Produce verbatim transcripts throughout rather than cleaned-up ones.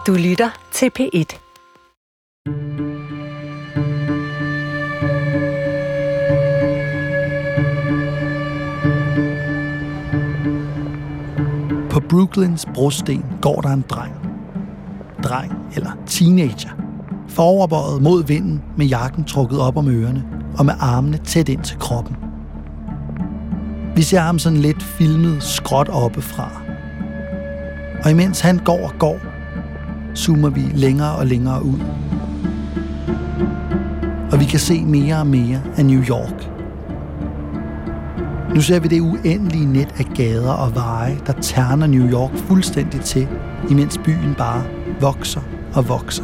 Du lytter til P et. På Brooklyns brosten går der en dreng. Dreng eller teenager. Foroverbøjet mod vinden med jakken trukket op om ørerne og med armene tæt ind til kroppen. Vi ser ham sådan lidt filmet skråt oppefra. Og imens han går og går, zoomer vi længere og længere ud. Og vi kan se mere og mere af New York. Nu ser vi det uendelige net af gader og veje, der terner New York fuldstændig til, imens byen bare vokser og vokser.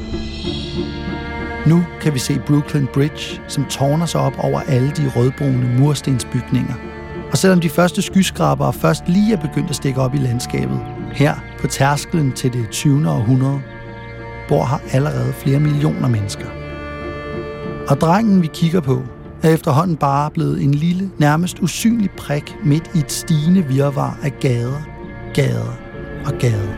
Nu kan vi se Brooklyn Bridge, som tårner sig op over alle de rødbrune murstensbygninger. Og selvom de første skyskrabere først lige er begyndt at stikke op i landskabet, her på tærsklen til det tyvende århundrede, bor her allerede flere millioner mennesker. Og drengen, vi kigger på, er efterhånden bare blevet en lille, nærmest usynlig prik midt i et stigende virvar af gader, gader og gader.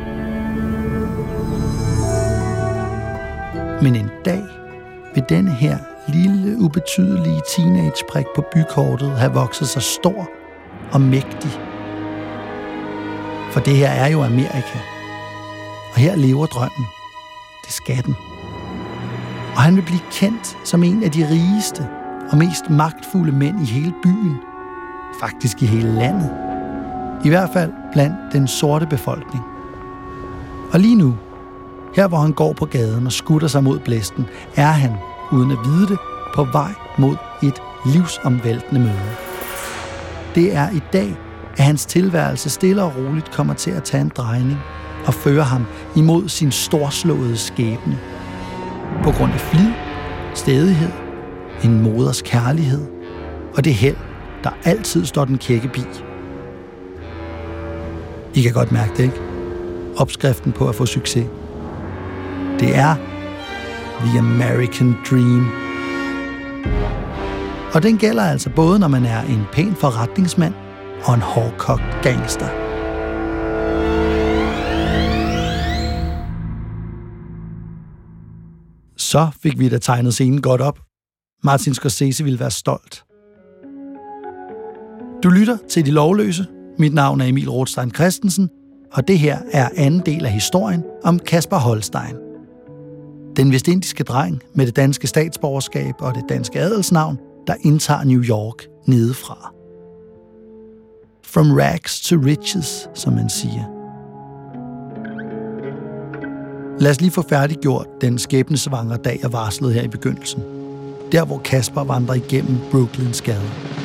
Men en dag vil denne her lille, ubetydelige teenageprik på bykortet have vokset sig stor og mægtig. For det her er jo Amerika. Og her lever drømmen. Det skal den. Og han vil blive kendt som en af de rigeste og mest magtfulde mænd i hele byen. Faktisk i hele landet. I hvert fald blandt den sorte befolkning. Og lige nu, her hvor han går på gaden og skutter sig mod blæsten, er han, uden at vide det, på vej mod et livsomvæltende møde. Det er i dag, at hans tilværelse stille og roligt kommer til at tage en drejning og føre ham imod sin storslåede skæbne. På grund af flid, stædighed, en moders kærlighed og det held, der altid står den kække bi. I kan godt mærke det, ikke? Opskriften på at få succes. Det er The American Dream. Og den gælder altså både, når man er en pæn forretningsmand og en hårdkogt gangster. Så fik vi da tegnet scenen godt op. Martin Scorsese ville være stolt. Du lytter til De Lovløse. Mit navn er Emil Rothstein Christensen, og det her er anden del af historien om Kasper Holstein. Den vestindiske dreng med det danske statsborgerskab og det danske adelsnavn, der indtager New York nedefra. From rags to riches, som man siger. Lad os lige få færdiggjort den skæbnesvangre dag, jeg varslede her i begyndelsen. Der, hvor Kasper vandrer igennem Brooklyns gader.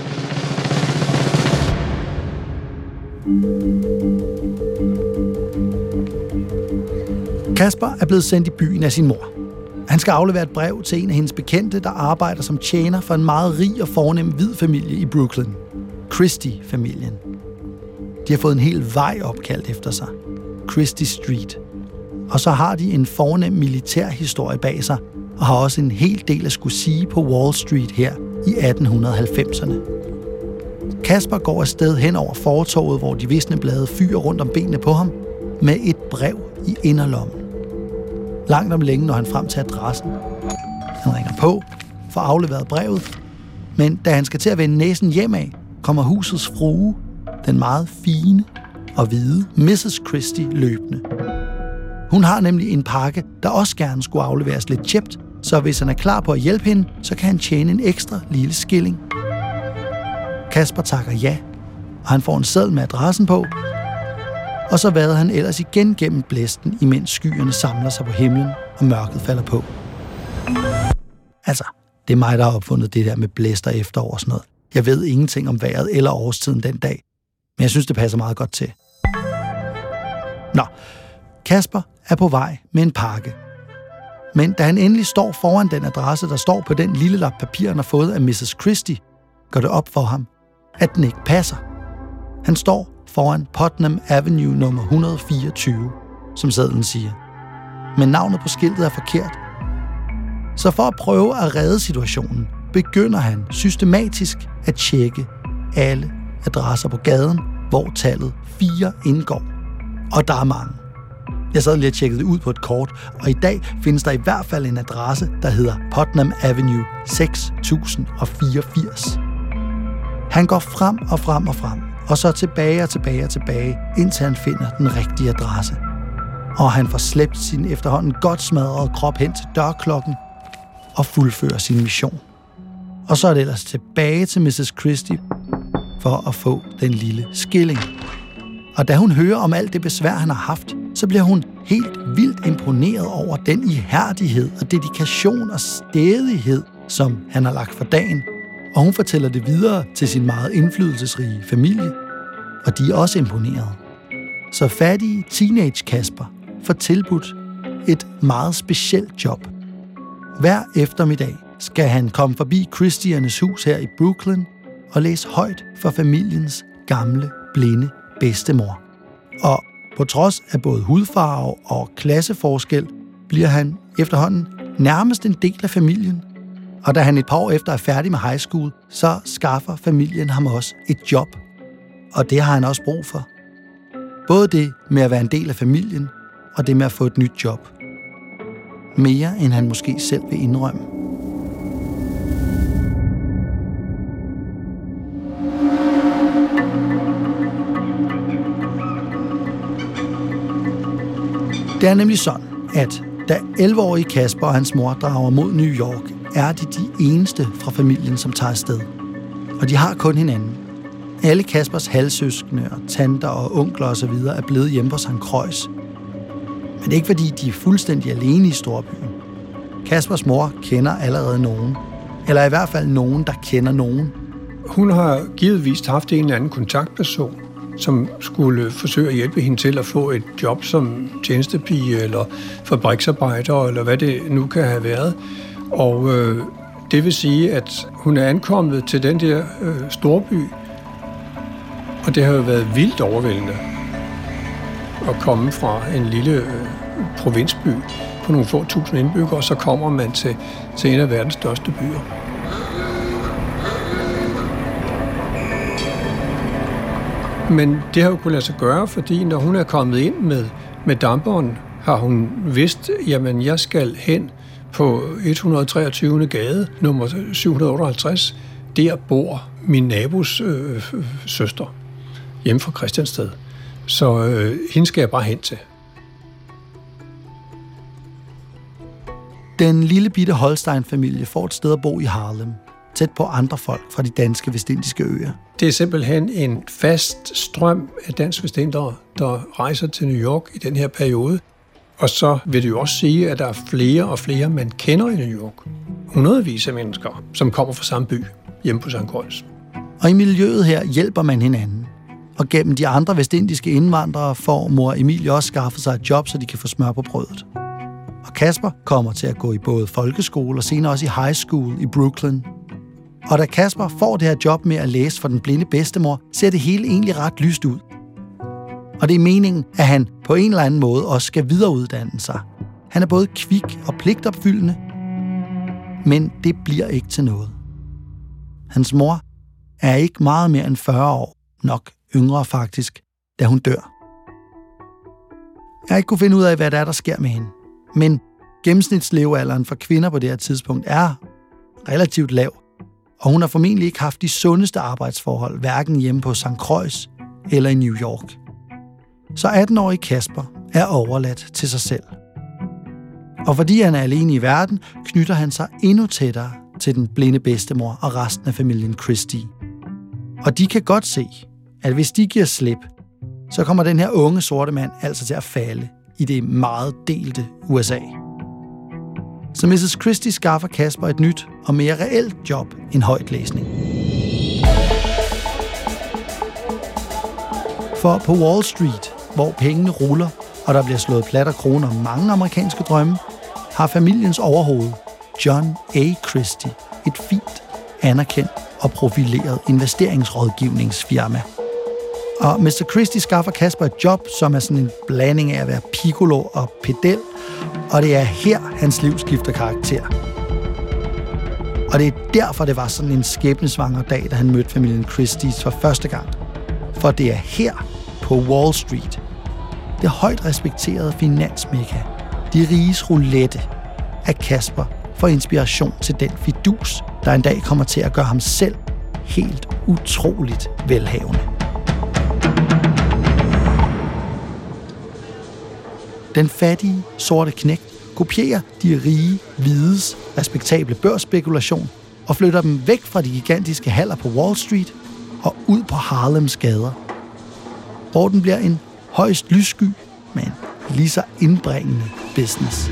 Kasper er blevet sendt i byen af sin mor. Han skal aflevere et brev til en af hendes bekendte, der arbejder som tjener for en meget rig og fornem hvid familie i Brooklyn. Christie-familien. De har fået en hel vej opkaldt efter sig. Christie Street. Og så har de en fornem militærhistorie bag sig, og har også en hel del at skulle sige på Wall Street her i atten halvfemserne. Kasper går afsted hen over fortovet, hvor de visne blade fyrer rundt om benene på ham, med et brev i inderlommen. Langt om længe når han frem til adressen. Han ringer på, får afleveret brevet, men da han skal til at vende næsen hjemad, kommer husets frue, den meget fine og hvide missus Christie, løbende. Hun har nemlig en pakke, der også gerne skulle afleveres lidt tjept, så hvis han er klar på at hjælpe hende, så kan han tjene en ekstra lille skilling. Kasper takker ja, og han får en seddel med adressen på, og så vader han ellers igen gennem blæsten, imens skyerne samler sig på himlen, og mørket falder på. Altså, det er mig, der har opfundet det der med blæster efterår og sådan noget. Jeg ved ingenting om vejret eller årstiden den dag, men jeg synes, det passer meget godt til. Nå, Kasper er på vej med en pakke. Men da han endelig står foran den adresse, der står på den lille lap papir, han har fået af missus Christie, går det op for ham, at den ikke passer. Han står foran Putnam Avenue nummer et hundrede fireogtyve, som sedlen siger. Men navnet på skiltet er forkert. Så for at prøve at redde situationen, begynder han systematisk at tjekke alle adresser på gaden, hvor tallet fire indgår. Og der er mange. Jeg sad lige og tjekkede det ud på et kort, og i dag findes der i hvert fald en adresse, der hedder Putnam Avenue seks tusind fireogfirs. Han går frem og frem og frem, og så tilbage og tilbage og tilbage, indtil han finder den rigtige adresse. Og han får slæbt sin efterhånden godt smadrede krop hen til dørklokken og fuldfører sin mission. Og så er det ellers tilbage til missus Christie for at få den lille skilling. Og da hun hører om alt det besvær, han har haft, så bliver hun helt vildt imponeret over den ihærdighed og dedikation og stædighed, som han har lagt for dagen. Og hun fortæller det videre til sin meget indflydelsesrige familie, og de er også imponeret. Så fattige teenage Casper får tilbudt et meget specielt job. Hver eftermiddag skal han komme forbi Christiernes hus her i Brooklyn og læse højt for familiens gamle, blinde bedstemor. Og på trods af både hudfarve og klasseforskel, bliver han efterhånden nærmest en del af familien. Og da han et par år efter er færdig med high school, så skaffer familien ham også et job. Og det har han også brug for. Både det med at være en del af familien, og det med at få et nyt job. Mere end han måske selv vil indrømme. Det er nemlig sådan, at da elleve-årige Casper og hans mor drager mod New York, er de de eneste fra familien, som tager afsted. Og de har kun hinanden. Alle Caspers halvsøskende og tanter og onkler osv. er blevet hjemme på Sankt Croix. Men det er ikke, fordi de er fuldstændig alene i storbyen. Caspers mor kender allerede nogen. Eller i hvert fald nogen, der kender nogen. Hun har givetvis haft en eller anden kontaktperson, som skulle forsøge at hjælpe hende til at få et job som tjenestepige eller fabriksarbejder, eller hvad det nu kan have været. Og øh, det vil sige, at hun er ankommet til den der øh, storby, og det har jo været vildt overvældende at komme fra en lille øh, provinsby på nogle få tusind indbyggere, og så kommer man til, til en af verdens største byer. Men det har jo kunnet lade sig gøre, fordi når hun er kommet ind med, med damperen, har hun vidst, jamen jeg skal hen på et hundrede og treogtyvende gade, nummer syv hundrede og otteoghalvtreds. Der bor min nabos øh, søster, hjemme fra Christiansted. Så øh, hende skal jeg bare hen til. Den lille bitte Holstein-familie får et sted at bo i Harlem, tæt på andre folk fra de danske vestindiske øer. Det er simpelthen en fast strøm af dansk vestindere, der rejser til New York i den her periode. Og så vil det jo også sige, at der er flere og flere, man kender i New York. Hundredvis af mennesker, som kommer fra samme by, hjemme på Sankt Croix. Og i miljøet her hjælper man hinanden. Og gennem de andre vestindiske indvandrere får mor Emilie også skaffet sig et job, så de kan få smør på brødet. Og Casper kommer til at gå i både folkeskole og senere også i high school i Brooklyn. Og da Casper får det her job med at læse for den blinde bedstemor, ser det hele egentlig ret lyst ud. Og det er meningen, at han på en eller anden måde også skal videreuddanne sig. Han er både kvik og pligtopfyldende, men det bliver ikke til noget. Hans mor er ikke meget mere end fyrre år, nok yngre faktisk, da hun dør. Jeg har ikke kunne finde ud af, hvad det er, der sker med hende. Men gennemsnitslevealderen for kvinder på det her tidspunkt er relativt lav, og hun har formentlig ikke haft de sundeste arbejdsforhold, hverken hjemme på Sankt Croix eller i New York. Så atten-årige Casper er overladt til sig selv. Og fordi han er alene i verden, knytter han sig endnu tættere til den blinde bedstemor og resten af familien Christie. Og de kan godt se, at hvis de giver slip, så kommer den her unge sorte mand altså til at falde i det meget delte U S A. Så missus Christie skaffer Casper et nyt og mere reelt job end højtlæsning. For på Wall Street, hvor pengene ruller, og der bliver slået plat og kroner mange amerikanske drømme, har familiens overhoved, John A. Christie, et fint, anerkendt og profileret investeringsrådgivningsfirma. Og mister Christie skaffer Casper et job, som er sådan en blanding af at være piccolo og pedel, og det er her, hans liv skifter karakter. Og det er derfor, det var sådan en skæbnesvanger dag, da han mødte familien Christie for første gang. For det er her på Wall Street, det højt respekterede finansmekka, de riges roulette, at Casper får inspiration til den fidus, der en dag kommer til at gøre ham selv helt utroligt velhavende. Den fattige, sorte knægt kopierer de rige, hvides, respektable børsspekulation og flytter dem væk fra de gigantiske haller på Wall Street og ud på Harlems gader, hvor den bliver en højst lyssky, men lige så indbringende business.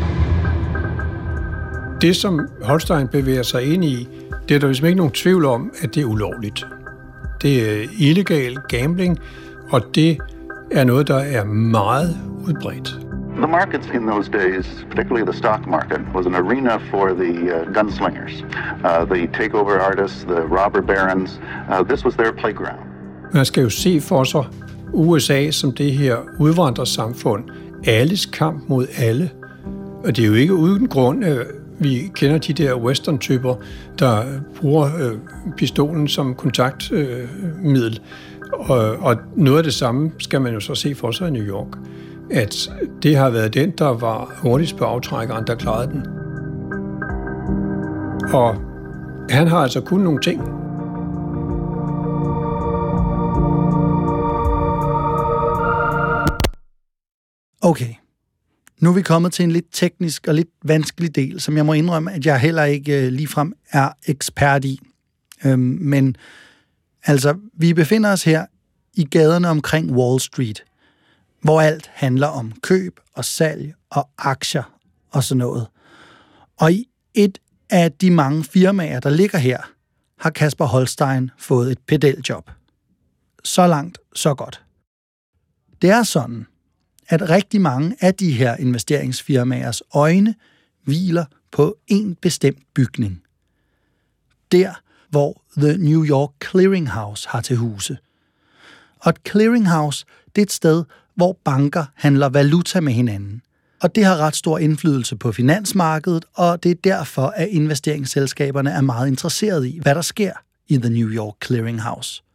Det, som Holstein bevæger sig ind i, det er der ligesom ikke nogen tvivl om, at det er ulovligt. Det er illegal gambling, og det er noget, der er meget udbredt. The markets in those days, particularly the stock market, was an arena for the uh, gunslingers, uh, the takeover artists, the robber barons. Uh, this was their playground. Man skal jo se for sig U S A som det her udvandrersamfund, alles kamp mod alle. Og det er jo ikke uden grund, at vi kender de der western-typer, der bruger øh, pistolen som kontaktmiddel. Øh, og, og noget af det samme skal man jo så se for sig i New York, at det har været den, der var hurtigst på aftrækkeren, der klarede den. Og han har altså kun nogle ting. Okay, nu er vi kommet til en lidt teknisk og lidt vanskelig del, som jeg må indrømme, at jeg heller ikke ligefrem er ekspert i. Øhm, men altså, vi befinder os her i gaderne omkring Wall Street, hvor alt handler om køb og salg og aktier og sådan noget. Og i et af de mange firmaer, der ligger her, har Casper Holstein fået et pedeljob. Så langt, så godt. Det er sådan, at rigtig mange af de her investeringsfirmaers øjne hviler på en bestemt bygning. Der, hvor The New York Clearing House har til huse. Og et clearinghouse, det er et sted, hvor banker handler valuta med hinanden. Og det har ret stor indflydelse på finansmarkedet, og det er derfor, at investeringsselskaberne er meget interesserede i, hvad der sker i The New York Clearing House.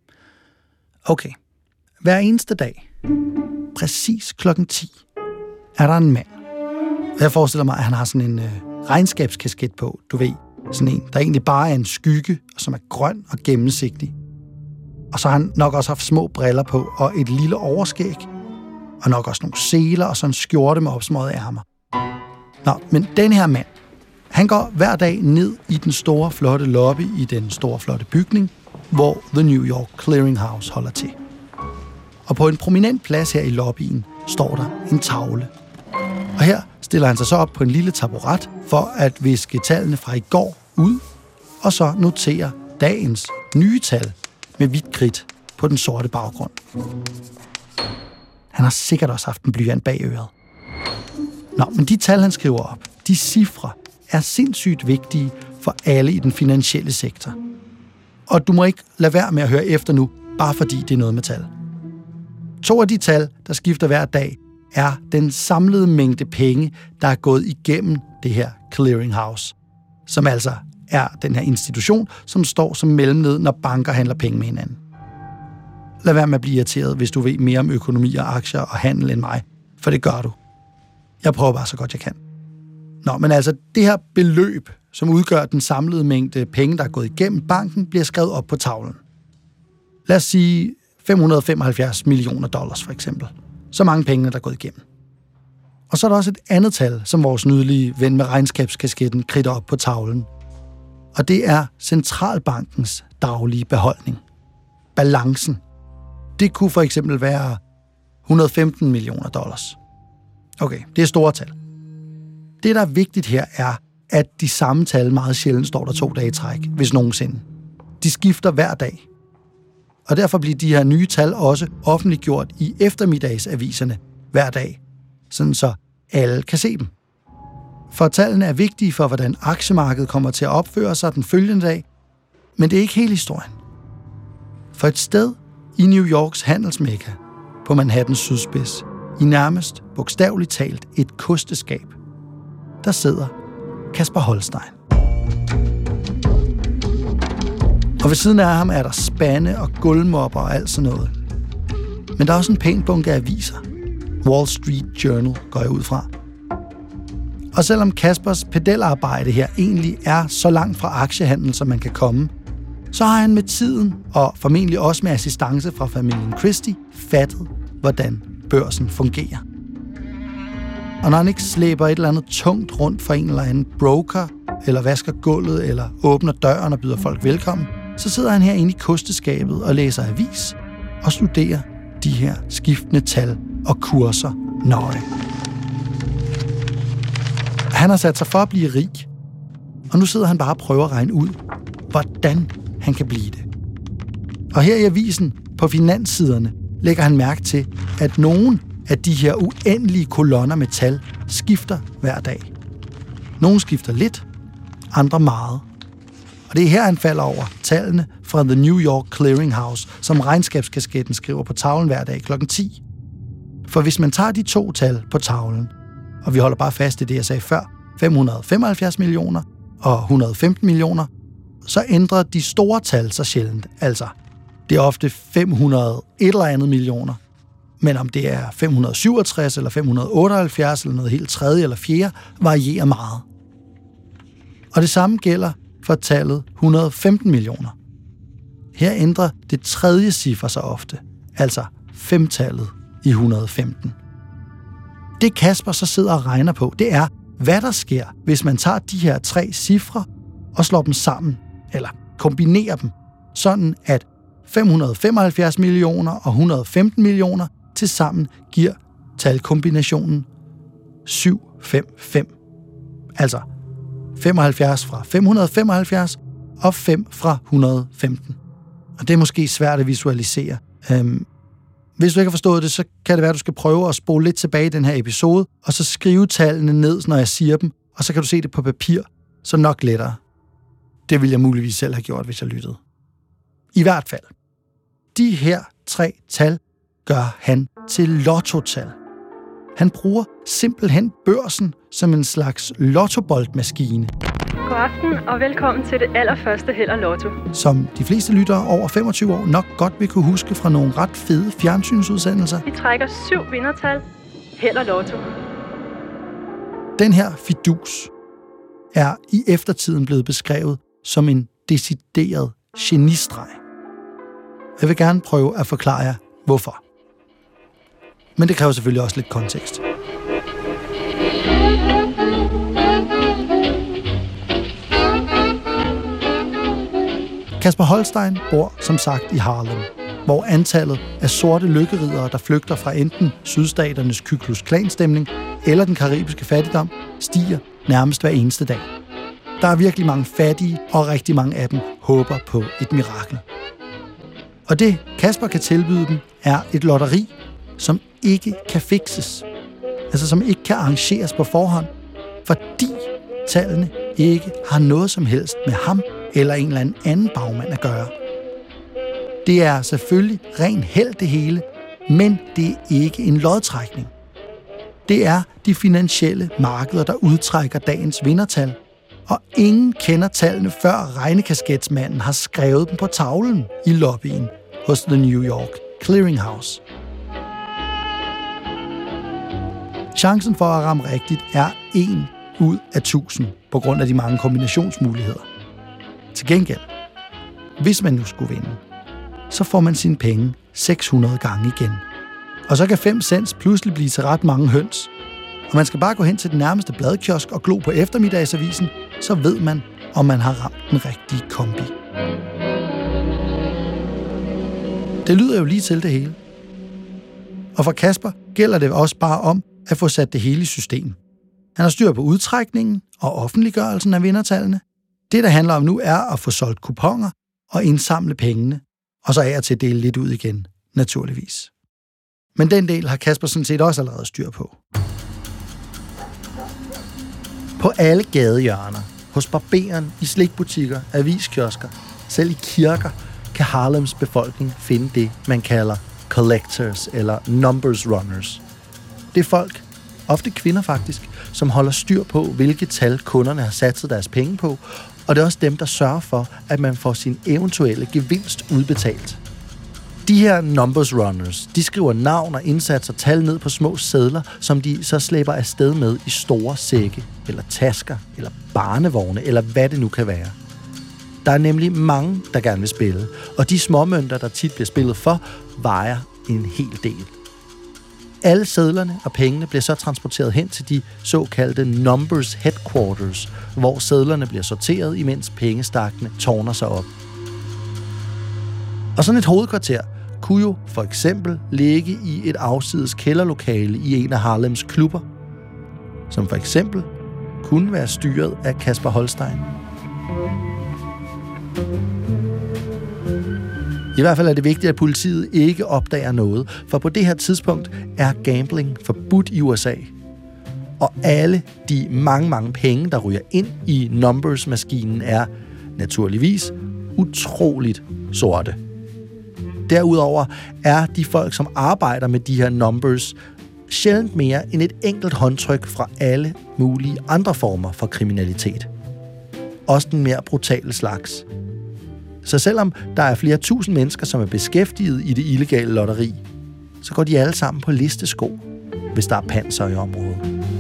Okay, hver eneste dag, præcis klokken ti, er der en mand. Jeg forestiller mig, at han har sådan en øh, regnskabskasket på, du ved. Sådan en, der egentlig bare er en skygge, og som er grøn og gennemsigtig. Og så har han nok også haft små briller på, og et lille overskæg, og nok også nogle seler, og sådan en skjorte med opsmøgede ærmer. Nå, men den her mand, han går hver dag ned i den store, flotte lobby i den store, flotte bygning, hvor The New York Clearing House holder til. Og på en prominent plads her i lobbyen står der en tavle. Og her stiller han sig så op på en lille taburet for at viske tallene fra i går ud, og så notere dagens nye tal med hvidt kridt på den sorte baggrund. Han har sikkert også haft en blyant bag øret. Nå, men de tal, han skriver op, de cifre, er sindssygt vigtige for alle i den finansielle sektor. Og du må ikke lade være med at høre efter nu, bare fordi det er noget med tal. To af de tal, der skifter hver dag, er den samlede mængde penge, der er gået igennem det her clearinghouse, som altså er den her institution, som står som mellemled, når banker handler penge med hinanden. Lad være med at blive irriteret, hvis du ved mere om økonomi og aktier og handel end mig, for det gør du. Jeg prøver bare så godt jeg kan. Nå, men altså det her beløb, som udgør den samlede mængde penge, der er gået igennem banken, bliver skrevet op på tavlen. Lad os sige fem hundrede femoghalvfjerds millioner dollars for eksempel. Så mange penge, der er gået igennem. Og så er der også et andet tal, som vores nydelige ven med regnskabskasketten kridter op på tavlen. Og det er centralbankens daglige beholdning. Balancen. Det kunne for eksempel være et hundrede og femten millioner dollars. Okay, det er store tal. Det, der er vigtigt her, er, at de samme tal meget sjældent står der to dage i træk, hvis nogensinde. De skifter hver dag. Og derfor bliver de her nye tal også offentliggjort i eftermiddagsaviserne hver dag, sådan så alle kan se dem. For tallene er vigtige for, hvordan aktiemarkedet kommer til at opføre sig den følgende dag, men det er ikke hele historien. For et sted i New Yorks handelsmekka på Manhattans sydspids, i nærmest bogstaveligt talt et kosteskab, der sidder Casper Holstein. Og ved siden af ham er der spande og gulvmopper og alt sådan noget. Men der er også en pæn bunke aviser. Wall Street Journal, går jeg ud fra. Og selvom Caspers pedelarbejde her egentlig er så langt fra aktiehandel, som man kan komme, så har han med tiden, og formentlig også med assistance fra familien Christie, fattet, hvordan børsen fungerer. Og når han ikke slæber et eller andet tungt rundt for en eller anden broker, eller vasker gulvet, eller åbner døren og byder folk velkommen, så sidder han herinde i kosteskabet og læser avis og studerer de her skiftende tal og kurser nøje. Han har sat sig for at blive rig, og nu sidder han bare og prøver at regne ud, hvordan han kan blive det. Og her i avisen, på finanssiderne, lægger han mærke til, at nogle af de her uendelige kolonner med tal skifter hver dag. Nogle skifter lidt, andre meget. Og det er her, han falder over tallene fra The New York Clearing House, som regnskabskasketten skriver på tavlen hver dag klokken ti. For hvis man tager de to tal på tavlen, og vi holder bare fast i det, jeg sagde før, fem hundrede og femoghalvfjerds millioner og et hundrede og femten millioner, så ændrer de store tal sig sjældent. Altså, det er ofte fem hundrede et eller andet millioner. Men om det er fem hundrede og syvogtres eller fem hundrede og otteoghalvfjerds eller noget helt tredje eller fjerde, varierer meget. Og det samme gælder for tallet et hundrede og femten millioner. Her ændrer det tredje ciffer sig ofte, altså femtallet i et hundrede og femten. Det Casper så sidder og regner på, det er, hvad der sker, hvis man tager de her tre cifre og slår dem sammen, eller kombinerer dem, sådan at fem hundrede og femoghalvfjerds millioner og et hundrede og femten millioner til sammen giver talkombinationen syv fem fem. Altså femoghalvfjerds fra fem hundrede og femoghalvfjerds og fem fra et hundrede og femten. Og det er måske svært at visualisere. Øhm, hvis du ikke har forstået det, så kan det være, at du skal prøve at spole lidt tilbage i den her episode, og så skrive tallene ned, når jeg siger dem, og så kan du se det på papir, så nok lettere. Det ville jeg muligvis selv have gjort, hvis jeg lyttede. I hvert fald. De her tre tal gør han til lottotal. Han bruger simpelthen børsen som en slags lottoboldmaskine. God aften og velkommen til det allerførste Held og Lotto. Som de fleste lyttere over femogtyve år nok godt vil kunne huske fra nogle ret fede fjernsynsudsendelser. Vi trækker syv vindertal. Held og Lotto. Den her fidus er i eftertiden blevet beskrevet som en decideret genistreg. Jeg vil gerne prøve at forklare jer, hvorfor. Men det kræver selvfølgelig også lidt kontekst. Kasper Holstein bor som sagt i Harlem, hvor antallet af sorte lykkeridere, der flygter fra enten sydstaternes Ku Klux Klan-stemning eller den karibiske fattigdom, stiger nærmest hver eneste dag. Der er virkelig mange fattige, og rigtig mange af dem håber på et mirakel. Og det, Casper kan tilbyde dem, er et lotteri, som ikke kan fikses. Altså som ikke kan arrangeres på forhånd, fordi tallene ikke har noget som helst med ham eller en eller anden bagmand at gøre. Det er selvfølgelig ren held det hele, men det er ikke en lodtrækning. Det er de finansielle markeder, der udtrækker dagens vindertal, og ingen kender tallene, før regnekasketsmanden har skrevet dem på tavlen i lobbyen hos The New York Clearing House. Chancen for at ramme rigtigt er en ud af tusind på grund af de mange kombinationsmuligheder. Til gengæld, hvis man nu skulle vinde, så får man sine penge seks hundrede gange igen. Og så kan fem cents pludselig blive til ret mange høns. Og man skal bare gå hen til den nærmeste bladkiosk og glo på eftermiddagsavisen, så ved man, om man har ramt den rigtige kombi. Det lyder jo lige til det hele. Og for Casper gælder det også bare om at få sat det hele i system. Han har styr på udtrækningen og offentliggørelsen af vindertallene. Det, der handler om nu, er at få solgt kuponer og indsamle pengene, og så af og til at dele lidt ud igen, naturligvis. Men den del har Casper sådan set også allerede styr på. På alle gadehjørner, hos barberen, i slikbutikker, aviskiosker, selv i kirker, kan Harlems befolkning finde det, man kalder collectors eller numbers runners. Det er folk, ofte kvinder faktisk, som holder styr på, hvilke tal kunderne har satset deres penge på, og det er også dem, der sørger for, at man får sin eventuelle gevinst udbetalt. De her numbers runners, de skriver navn og indsats og tal ned på små sedler, som de så slæber afsted med i store sække, eller tasker, eller barnevogne, eller hvad det nu kan være. Der er nemlig mange, der gerne vil spille, og de småmønter, der tit bliver spillet for, vejer en hel del. Alle sedlerne og pengene bliver så transporteret hen til de såkaldte numbers headquarters, hvor sedlerne bliver sorteret, imens pengestakkene tårner sig op. Og sådan et hovedkvarter kunne jo for eksempel ligge i et afsides kælderlokale i en af Harlems klubber, som for eksempel kunne være styret af Kasper Holstein. I hvert fald er det vigtigt, at politiet ikke opdager noget, for på det her tidspunkt er gambling forbudt i U S A. Og alle de mange, mange penge, der ryger ind i numbers-maskinen, er naturligvis utroligt sorte. Derudover er de folk, som arbejder med de her numbers, sjældent mere end et enkelt håndtryk fra alle mulige andre former for kriminalitet. Også den mere brutale slags. Så selvom der er flere tusind mennesker, som er beskæftiget i det illegale lotteri, så går de alle sammen på listesko, hvis der er panser i området.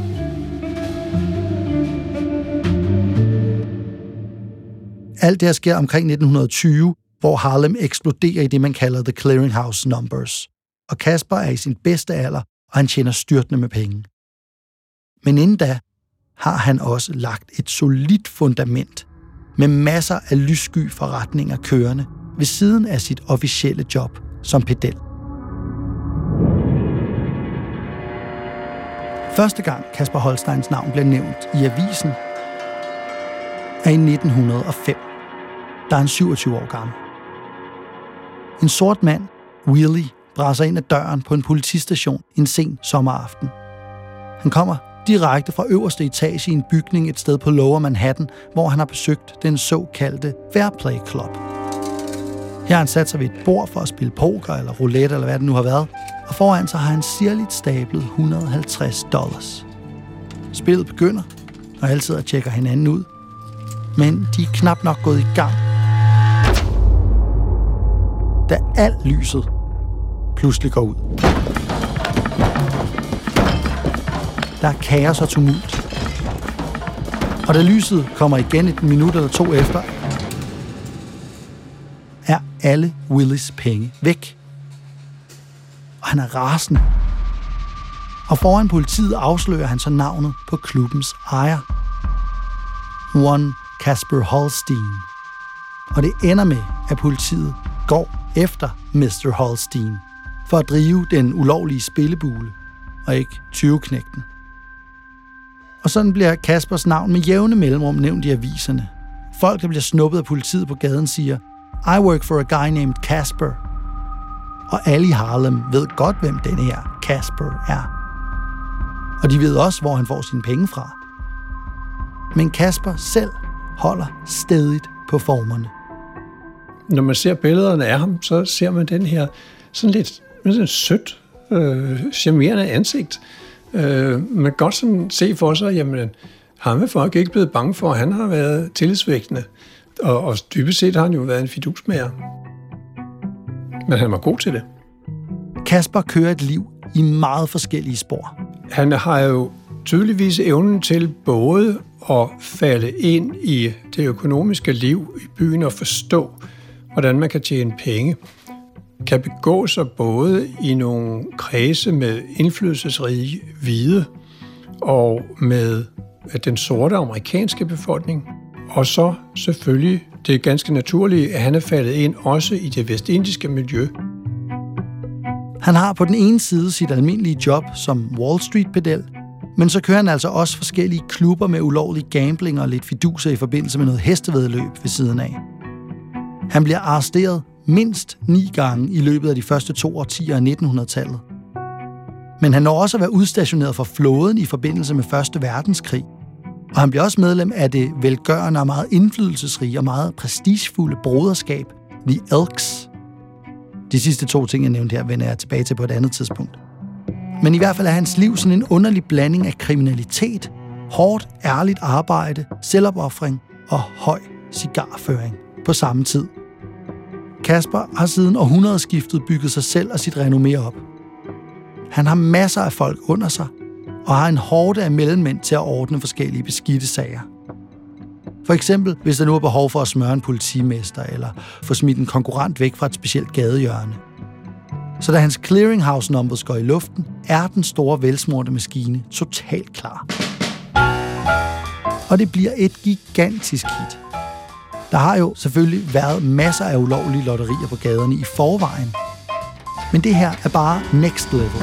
Alt det her sker omkring nitten tyve, hvor Harlem eksploderer i det, man kalder The Clearinghouse Numbers. Og Kasper er i sin bedste alder, og han tjener styrtende med penge. Men inden da har han også lagt et solidt fundament med masser af lyssky forretninger kørende ved siden af sit officielle job som pedel. Første gang Kasper Holsteins navn bliver nævnt i avisen er i nitten hundrede og fem. Der er han syvogtyve år gammel. En sort mand, Willie, brasser ind ad døren på en politistation en sen sommeraften. Han kommer direkte fra øverste etage i en bygning et sted på Lower Manhattan, hvor han har besøgt den såkaldte Fair Play Club. Her har han sat sig ved et bord for at spille poker eller roulette eller hvad det nu har været, og foran sig har han sirligt stablet et hundrede og halvtreds dollars. Spillet begynder, og alle sidder og tjekker hinanden ud, men de er knap nok gået i gang, da alt lyset pludselig går ud. Der er kaos og tumult. Og da lyset kommer igen et minut eller to efter, er alle Willies penge væk. Og han er rasende. Og foran politiet afslører han så navnet på klubbens ejer. One Kasper Holstein. Og det ender med, at politiet går efter mister Holstein for at drive den ulovlige spillebule, og ikke tyveknægten. Og sådan bliver Kaspers navn med jævne mellemrum nævnt i aviserne. Folk, der bliver snuppet af politiet på gaden, siger, I work for a guy named Kasper. Og alle i Harlem ved godt, hvem denne her Kasper er. Og de ved også, hvor han får sine penge fra. Men Kasper selv holder stædigt på formerne. Når man ser billederne af ham, så ser man den her sådan lidt sådan sødt, øh, charmerende ansigt. Øh, man kan godt sådan se for sig, jamen, ham er folk ikke blevet bange for, han har været tillidsvækkende. Og, og dybest set har han jo været en fidusmager. Men han var god til det. Kasper kører et liv i meget forskellige spor. Han har jo tydeligvis evnen til både at falde ind i det økonomiske liv i byen og forstå, hvordan man kan tjene penge, kan begå sig både i nogle kredse med indflydelsesrige hvide og med den sorte amerikanske befolkning. Og så selvfølgelig det ganske naturlige, at han er faldet ind også i det vestindiske miljø. Han har på den ene side sit almindelige job som Wall Street-pedel, men så kører han altså også forskellige klubber med ulovlig gambling og lidt fiduser i forbindelse med noget hestevæddeløb ved siden af. Han bliver arresteret mindst ni gange i løbet af de første to årtier af nitten hundrede-tallet. Men han når også at være udstationeret for flåden i forbindelse med første verdenskrig. Og han bliver også medlem af det velgørende og meget indflydelsesrige og meget prestigefulde broderskab The Elks. De sidste to ting, jeg nævnte her, vender jeg tilbage til på et andet tidspunkt. Men i hvert fald er hans liv sådan en underlig blanding af kriminalitet, hårdt, ærligt arbejde, selvopofring og høj cigarføring på samme tid. Kasper har siden århundredeskiftet bygget sig selv og sit renommé op. Han har masser af folk under sig, og har en horde af mellemmænd til at ordne forskellige beskidte sager. For eksempel, hvis der nu er behov for at smøre en politimester, eller få smidt en konkurrent væk fra et specielt gadehjørne. Så da hans clearinghouse numbers går i luften, er den store velsmurte maskine totalt klar. Og det bliver et gigantisk hit. Der har jo selvfølgelig været masser af ulovlige lotterier på gaderne i forvejen. Men det her er bare next level.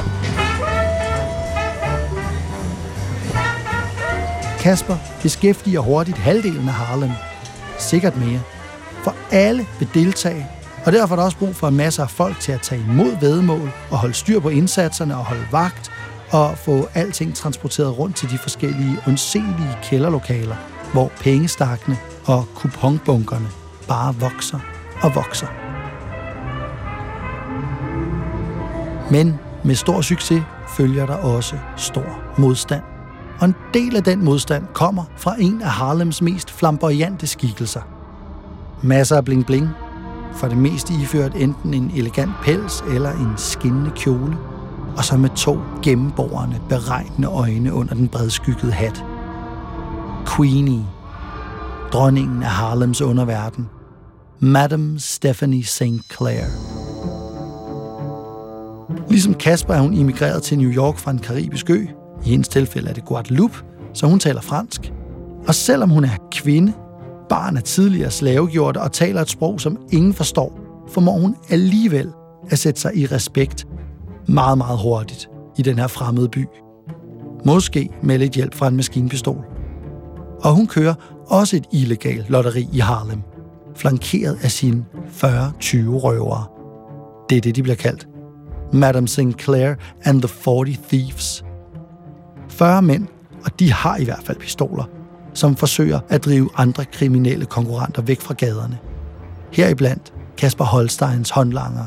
Kasper beskæftiger hurtigt halvdelen af Harlem. Sikkert mere. For alle vil deltage, og derfor er der også brug for en masse af folk til at tage imod væddemål og holde styr på indsatserne og holde vagt og få alting transporteret rundt til de forskellige undselige kælderlokaler, hvor pengestakkene og kuponbunkerne bare vokser og vokser. Men med stor succes følger der også stor modstand. Og en del af den modstand kommer fra en af Harlems mest flamboyante skikkelser. Masser af bling-bling, for det meste iført enten en elegant pels eller en skinnende kjole, og så med to gennemborende, beregnende øjne under den bredskyggede hat. Queenie, dronningen af Harlems underverden, Madame Stephanie Saint Clair. Ligesom Kasper er hun immigreret til New York fra en karibisk ø. I hendes tilfælde er det Guadeloupe, så hun taler fransk. Og selvom hun er kvinde, barn af tidligere slavegjorte og taler et sprog, som ingen forstår, formår hun alligevel at sætte sig i respekt meget, meget hurtigt i den her fremmede by. Måske med lidt hjælp fra en maskinpistol. Og hun kører også et illegalt lotteri i Harlem, flankeret af sine fyrre tyve røvere. Det er det, de bliver kaldt. Madame Saint Clair and the forty Thieves. fyrre mænd, og de har i hvert fald pistoler, som forsøger at drive andre kriminelle konkurrenter væk fra gaderne. Heriblandt Kasper Holsteins håndlanger.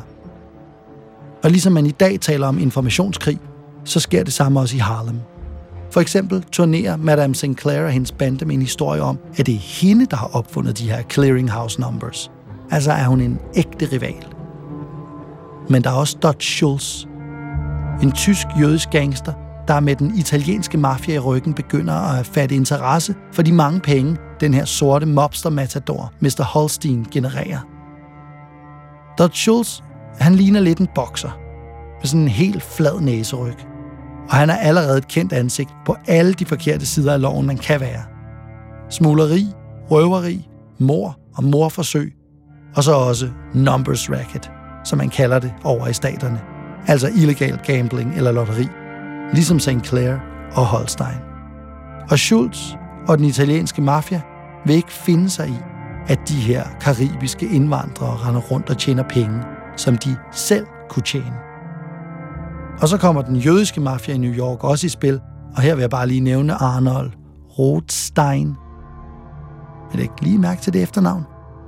Og ligesom man i dag taler om informationskrig, så sker det samme også i Harlem. For eksempel turnerer Madame Saint Clair og hendes bande med en historie om, at det er hende, der har opfundet de her clearinghouse numbers. Altså er hun en ægte rival. Men der er også Dutch Schultz, en tysk-jødisk gangster, der med den italienske mafia i ryggen begynder at fatte interesse for de mange penge, den her sorte mobster-matador, mister Holstein, genererer. Dutch Schultz, han ligner lidt en bokser, med sådan en helt flad næseryg. Og han er allerede et kendt ansigt på alle de forkerte sider af loven, man kan være. Smugleri, røveri, mord og mordforsøg, og så også numbers racket, som man kalder det over i staterne. Altså illegal gambling eller lotteri, ligesom Saint Clair og Holstein. Og Schultz og den italienske mafia vil ikke finde sig i, at de her karibiske indvandrere render rundt og tjener penge, som de selv kunne tjene. Og så kommer den jødiske mafia i New York også i spil, og her vil jeg bare lige nævne Arnold Rothstein. Vil du ikke lige mærke til det efternavn?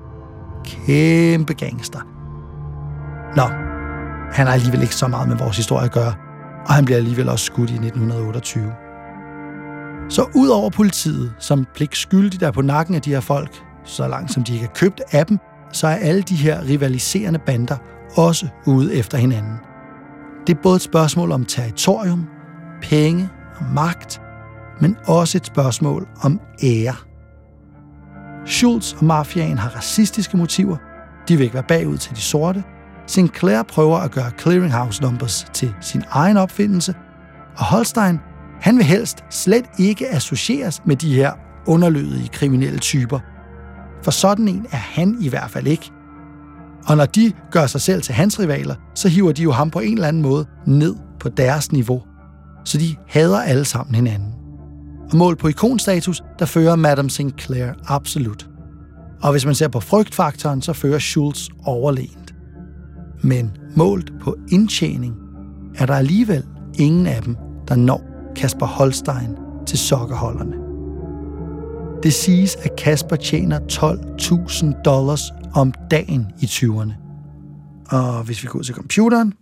Kæmpe gangster. Nå, han har alligevel ikke så meget med vores historie at gøre, og han bliver alligevel også skudt i nitten otteogtyve. Så ud over politiet, som pligtskyldigt er på nakken af de her folk, så langt som de ikke er købt af dem, så er alle de her rivaliserende bander også ude efter hinanden. Det er både et spørgsmål om territorium, penge og magt, men også et spørgsmål om ære. Schultz og mafiaen har racistiske motiver. De vil ikke være bagud til de sorte. Saint Clair prøver at gøre clearinghouse numbers til sin egen opfindelse. Og Holstein, han vil helst slet ikke associeres med de her underlødige kriminelle typer. For sådan en er han i hvert fald ikke. Og når de gør sig selv til hans rivaler, så hiver de jo ham på en eller anden måde ned på deres niveau. Så de hader alle sammen hinanden. Og målt på ikonstatus, der fører Madame Saint Clair absolut. Og hvis man ser på frygtfaktoren, så fører Schultz overlegent. Men målt på indtjening, er der alligevel ingen af dem, der når Kasper Holstein til sokkerholderne. Det siges, at Kasper tjener tolv tusind dollars om dagen i tyverne. Og hvis vi går ud til computeren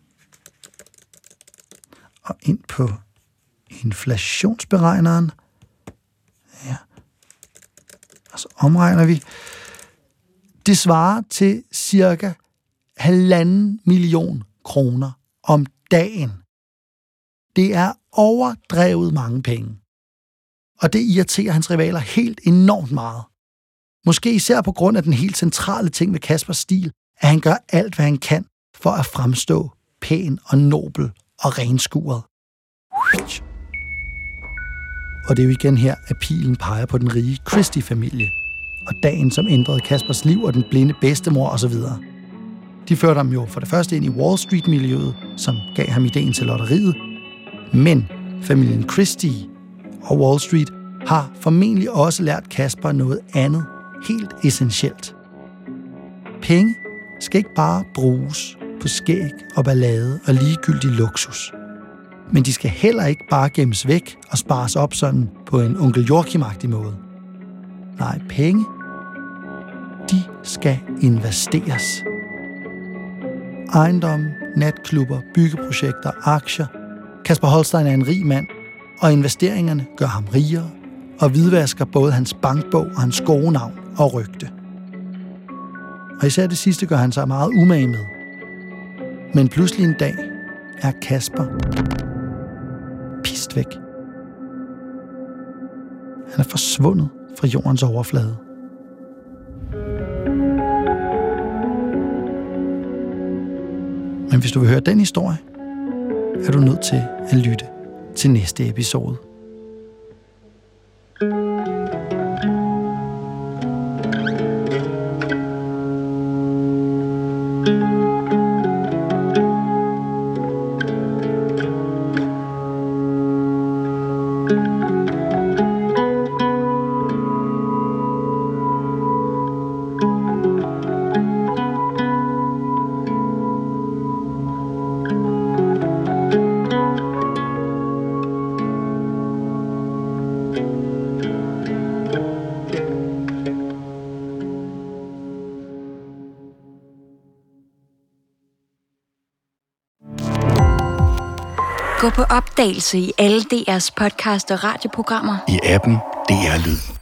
og ind på inflationsberegneren, ja, og så omregner vi Det svarer til cirka halvanden million kroner om dagen. Det er overdrevet mange penge. Og det irriterer hans rivaler helt enormt meget. Måske især på grund af den helt centrale ting ved Kaspers stil, at han gør alt, hvad han kan for at fremstå pæn og nobel og renskuret. Og det er jo igen her, at pilen peger på den rige Christie-familie, og dagen, som ændrede Kaspers liv og den blinde bedstemor osv. De førte ham jo for det første ind i Wall Street-miljøet, som gav ham ideen til lotteriet, men familien Christie og Wall Street har formentlig også lært Casper noget andet helt essentielt. Penge skal ikke bare bruges på skæg og ballade og ligegyldig luksus. Men de skal heller ikke bare gemmes væk og spares op sådan på en onkel Joachim-agtig måde. Nej, penge, de skal investeres. Ejendom, natklubber, byggeprojekter, aktier. Casper Holstein er en rig mand, og investeringerne gør ham rigere og hvidvasker både hans bankbog og hans gode navn og rygte. Og især det sidste gør han sig meget umage med. Men pludselig en dag er Casper pist væk. Han er forsvundet fra jordens overflade. Men hvis du vil høre den historie, er du nødt til at lytte til næste episode. Gå på opdagelse i alle D R's podcast og radioprogrammer. I appen D R Lyd.